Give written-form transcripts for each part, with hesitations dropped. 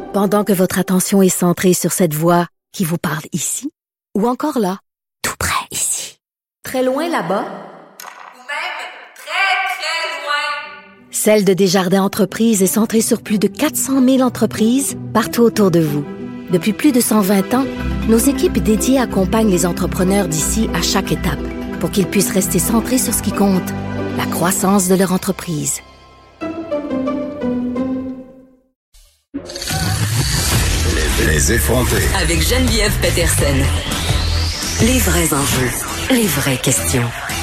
Pendant que votre attention est centrée sur cette voix qui vous parle ici, ou encore là, tout près ici, très loin là-bas, ou même très, très loin. Celle de Desjardins Entreprises est centrée sur plus de 400 000 entreprises partout autour de vous. Depuis plus de 120 ans, nos équipes dédiées accompagnent les entrepreneurs d'ici à chaque étape pour qu'ils puissent rester centrés sur ce qui compte, la croissance de leur entreprise. Les effrontés. Avec Geneviève Peterson. Les vrais enjeux, les vraies questions.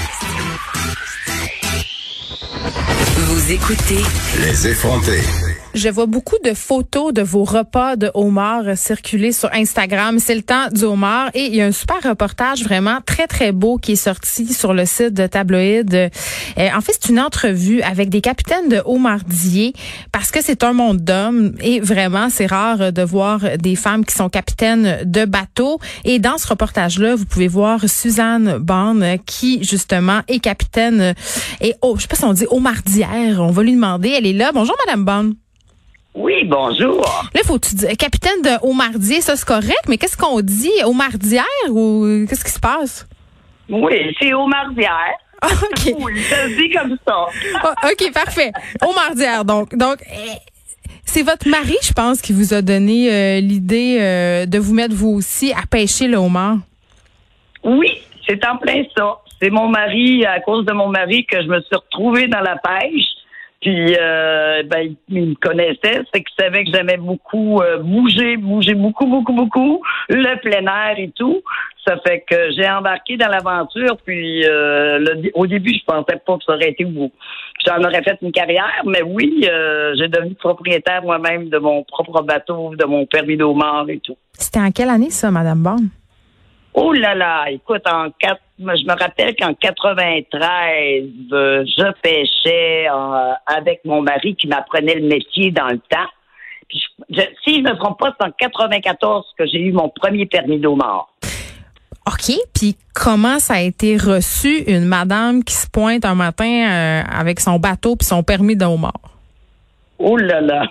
Vous écoutez Les effrontés. Je vois beaucoup de photos de vos repas de homard circuler sur Instagram. C'est le temps du homard et il y a un super reportage vraiment très, très beau qui est sorti sur le site de Tabloïd. En fait, c'est une entrevue avec des capitaines de homardiers parce que c'est un monde d'hommes et vraiment, c'est rare de voir des femmes qui sont capitaines de bateaux. Et dans ce reportage-là, vous pouvez voir Suzanne Bond qui, justement, est capitaine et, je sais pas si on dit homardière. On va lui demander. Elle est là. Bonjour, Madame Bond. Oui, bonjour. Là, faut-tu dire capitaine de homardier, ça c'est correct, mais qu'est-ce qu'on dit? Homardière ou qu'est-ce qui se passe? Oui, c'est homardière. Ah, OK. Oui, ça se dit comme ça. Ah, OK, parfait. Homardière, donc c'est votre mari, je pense, qui vous a donné l'idée de vous mettre vous aussi à pêcher le homard. Oui, c'est en plein ça. C'est mon mari, à cause de mon mari, que je me suis retrouvée dans la pêche. Puis, il me connaissait, c'est qu'il savait que j'aimais beaucoup bouger beaucoup, le plein air et tout. Ça fait que j'ai embarqué dans l'aventure, puis au début, je pensais pas que ça aurait été beau. J'en aurais fait une carrière, mais oui, j'ai devenu propriétaire moi-même de mon propre bateau, de mon permis d'eau mort et tout. C'était en quelle année, ça, Madame Bond? Oh là là, écoute, je me rappelle qu'en 93, je pêchais avec mon mari qui m'apprenait le métier dans le temps. Puis si je ne me trompe pas, c'est en 94 que j'ai eu mon premier permis d'eau mort. OK. Puis comment ça a été reçu, une madame qui se pointe un matin avec son bateau puis son permis d'eau mort? Oh là là!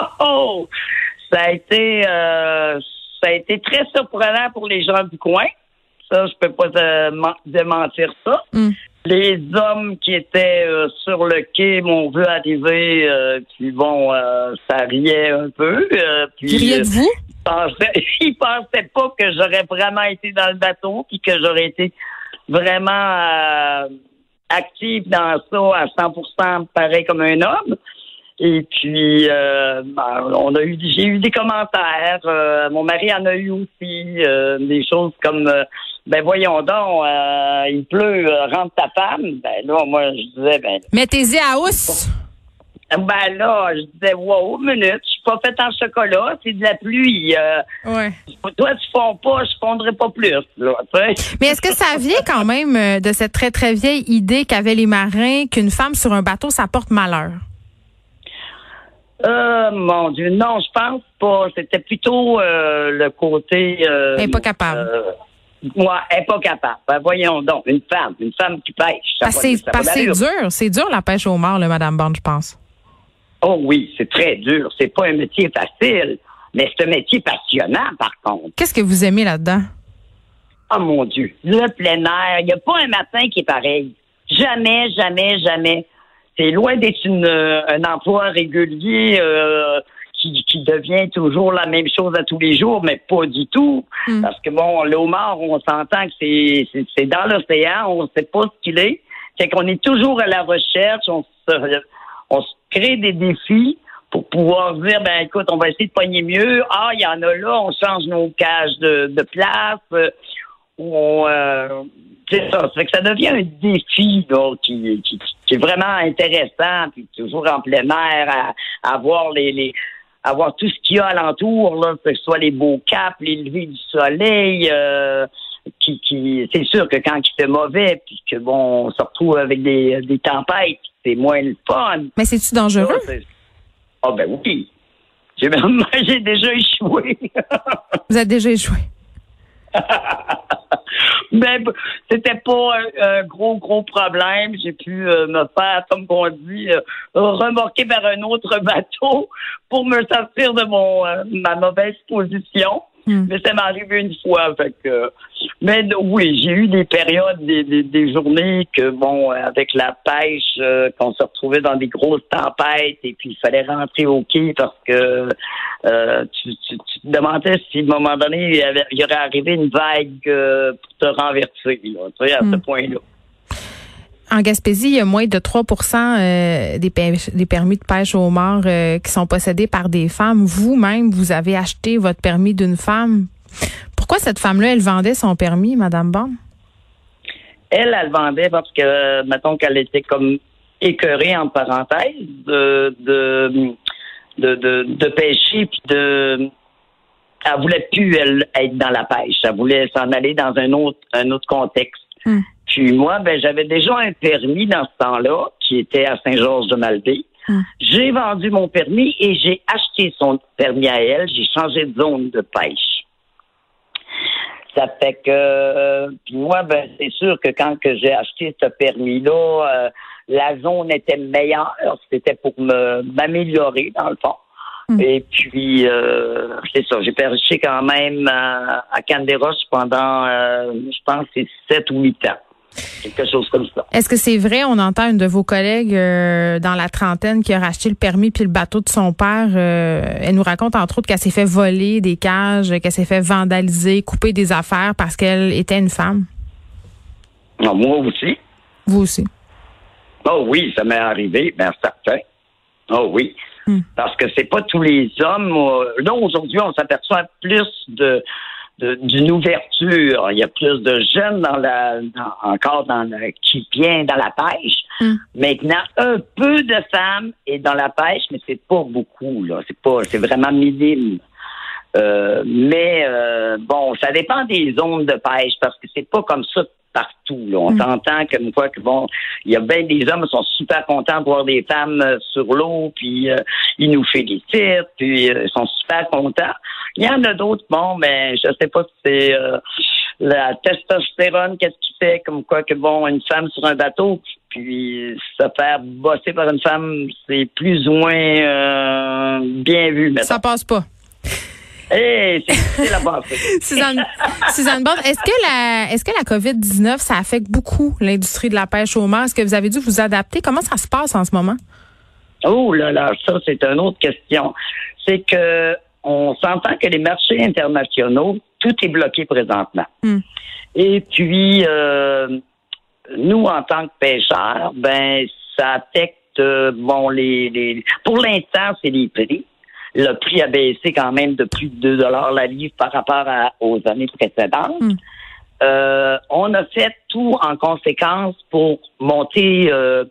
Ça a été très surprenant pour les gens du coin. Ça, je peux pas démentir ça. Les hommes qui étaient sur le quai m'ont vu arriver, puis bon, ça riait un peu. Ils riaient de vous? Ils pensaient pas que j'aurais vraiment été dans le bateau, puis que j'aurais été vraiment active dans ça à 100%, pareil comme un homme. Et puis, j'ai eu des commentaires. Mon mari en a eu aussi des choses comme, voyons donc, il pleut, rentre ta femme. Ben là, moi, je disais, mettez-y à housse. Ben là, je disais, wow, minute, je suis pas faite en chocolat, c'est de la pluie. Ouais. Toi, tu fonds pas, je fondrai pas plus. Là, mais est-ce que ça vient quand même de cette très, très vieille idée qu'avaient les marins qu'une femme sur un bateau, ça porte malheur? Mon Dieu, non, je pense pas. C'était plutôt le côté... elle n'est pas capable. Moi, elle n'est pas capable. Ben, voyons donc, une femme qui pêche. C'est dur la pêche au mort, Madame Bond, je pense. Oh oui, c'est très dur. C'est pas un métier facile, mais c'est un métier passionnant, par contre. Qu'est-ce que vous aimez là-dedans? Oh mon Dieu, le plein air. Il n'y a pas un matin qui est pareil. Jamais. C'est loin d'être un emploi régulier qui devient toujours la même chose à tous les jours, mais pas du tout. Parce que bon, le homard, on s'entend que c'est dans l'océan, on ne sait pas ce qu'il est. C'est qu'on est toujours à la recherche, on se crée des défis pour pouvoir dire, écoute, on va essayer de pogner mieux. Ah, il y en a là, on change nos cages de place. C'est ça. Ça fait que ça devient un défi là, qui est vraiment intéressant, puis toujours en plein air, à voir à voir tout ce qu'il y a alentour, là, que ce soit les beaux caps, les levées du soleil, c'est sûr que quand il fait mauvais, puis que bon, on se retrouve avec des tempêtes, c'est moins le fun. Mais c'est-tu dangereux? Oui. J'ai déjà échoué. Vous avez déjà échoué? Ben, c'était pas un gros problème. J'ai pu me faire, comme on dit, remorquer par un autre bateau pour me sortir de ma mauvaise position. Mais ça m'est arrivé une fois. Fait que, mais oui, j'ai eu des périodes, des journées que, bon, avec la pêche, qu'on se retrouvait dans des grosses tempêtes et puis il fallait rentrer au quai parce que tu te demandais si à un moment donné, il y aurait arrivé une vague pour te renverser, là, tu sais, à ce point-là. En Gaspésie, il y a moins de 3% des permis de pêche au homard qui sont possédés par des femmes. Vous-même, vous avez acheté votre permis d'une femme. Pourquoi cette femme-là, elle vendait son permis, Mme Bond? Elle vendait parce que, mettons qu'elle était comme écœurée, en parenthèse, de pêcher, puis elle voulait plus, elle, être dans la pêche. Elle voulait s'en aller dans un autre contexte. Puis moi, ben j'avais déjà un permis dans ce temps-là, qui était à Saint-Georges-de-Malbaie. J'ai vendu mon permis et j'ai acheté son permis à elle. J'ai changé de zone de pêche. Ça fait que, puis moi, ben c'est sûr que quand que j'ai acheté ce permis-là, la zone était meilleure. C'était pour m'améliorer, dans le fond. Et puis, c'est ça, j'ai pêché quand même à Cannes-des-Roches pendant, je pense, c'est 7 ou 8 ans. Quelque chose comme ça. Est-ce que c'est vrai, on entend une de vos collègues dans la trentaine qui a racheté le permis puis le bateau de son père, elle nous raconte entre autres qu'elle s'est fait voler des cages, qu'elle s'est fait vandaliser, couper des affaires parce qu'elle était une femme? Non, moi aussi. Vous aussi? Oh oui, ça m'est arrivé, bien certain. Oh oui. Parce que c'est pas tous les hommes. Là, aujourd'hui, on s'aperçoit plus d'une ouverture. Il y a plus de jeunes qui viennent dans la pêche. Maintenant, un peu de femmes est dans la pêche, mais c'est pas beaucoup, là. C'est vraiment minime. Mais bon, ça dépend des zones de pêche, parce que c'est pas comme ça partout, là. On s'entend comme quoi que bon, il y a bien des hommes qui sont super contents de voir des femmes sur l'eau, puis ils nous félicitent, puis ils sont super contents. Il y en a d'autres, bon, mais je sais pas si c'est la testostérone, qu'est-ce qui fait comme quoi que bon, une femme sur un bateau, puis se faire bosser par une femme, c'est plus ou moins bien vu. Mettons. Ça passe pas. Hey, c'est la base. Suzanne Bond, est-ce que la COVID-19, ça affecte beaucoup l'industrie de la pêche au homard? Est-ce que vous avez dû vous adapter? Comment ça se passe en ce moment? Oh là là, ça, c'est une autre question. C'est que on s'entend que les marchés internationaux, tout est bloqué présentement. Et puis, nous, en tant que pêcheurs, ben, ça affecte, bon, pour l'instant, c'est les prix. Le prix a baissé quand même de plus de 2 $ la livre par rapport aux années précédentes. On a fait tout en conséquence pour monter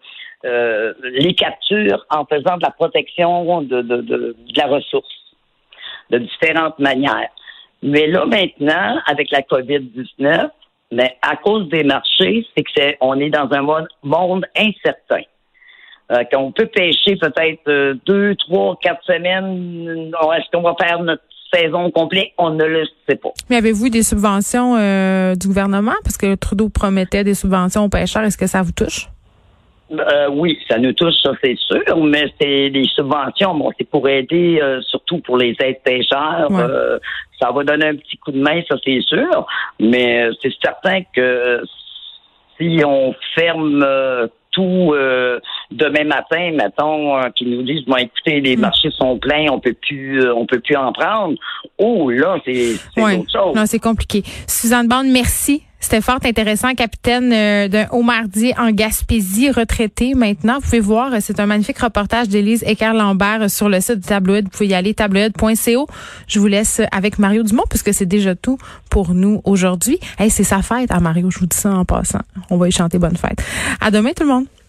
les captures en faisant de la protection de la ressource de différentes manières. Mais là, maintenant, avec la COVID-19, mais à cause des marchés, c'est que on est dans un monde incertain. Qu'on peut pêcher peut-être 2, 3, 4 semaines. Est-ce qu'on va faire notre saison complète? On ne le sait pas. Mais avez-vous des subventions du gouvernement? Parce que Trudeau promettait des subventions aux pêcheurs. Est-ce que ça vous touche? Oui, ça nous touche, ça c'est sûr, mais c'est des subventions. Bon, c'est pour aider, surtout pour les aides pêcheurs. Ouais. Ça va donner un petit coup de main, ça c'est sûr. Mais c'est certain que si on ferme tout demain matin, mettons, qu'ils nous disent bon écoutez, les marchés sont pleins, on peut plus en prendre. Oh là, c'est autre chose. Non, c'est compliqué. Suzanne Bond, merci. C'était fort intéressant, capitaine d'un homardier en Gaspésie, retraité maintenant. Vous pouvez voir, c'est un magnifique reportage d'Élise Équerre-Lambert sur le site du Tabloïd. Vous pouvez y aller, tabloïd.co. Je vous laisse avec Mario Dumont, puisque c'est déjà tout pour nous aujourd'hui. Hey, c'est sa fête à Mario, je vous dis ça en passant. On va y chanter bonne fête. À demain tout le monde.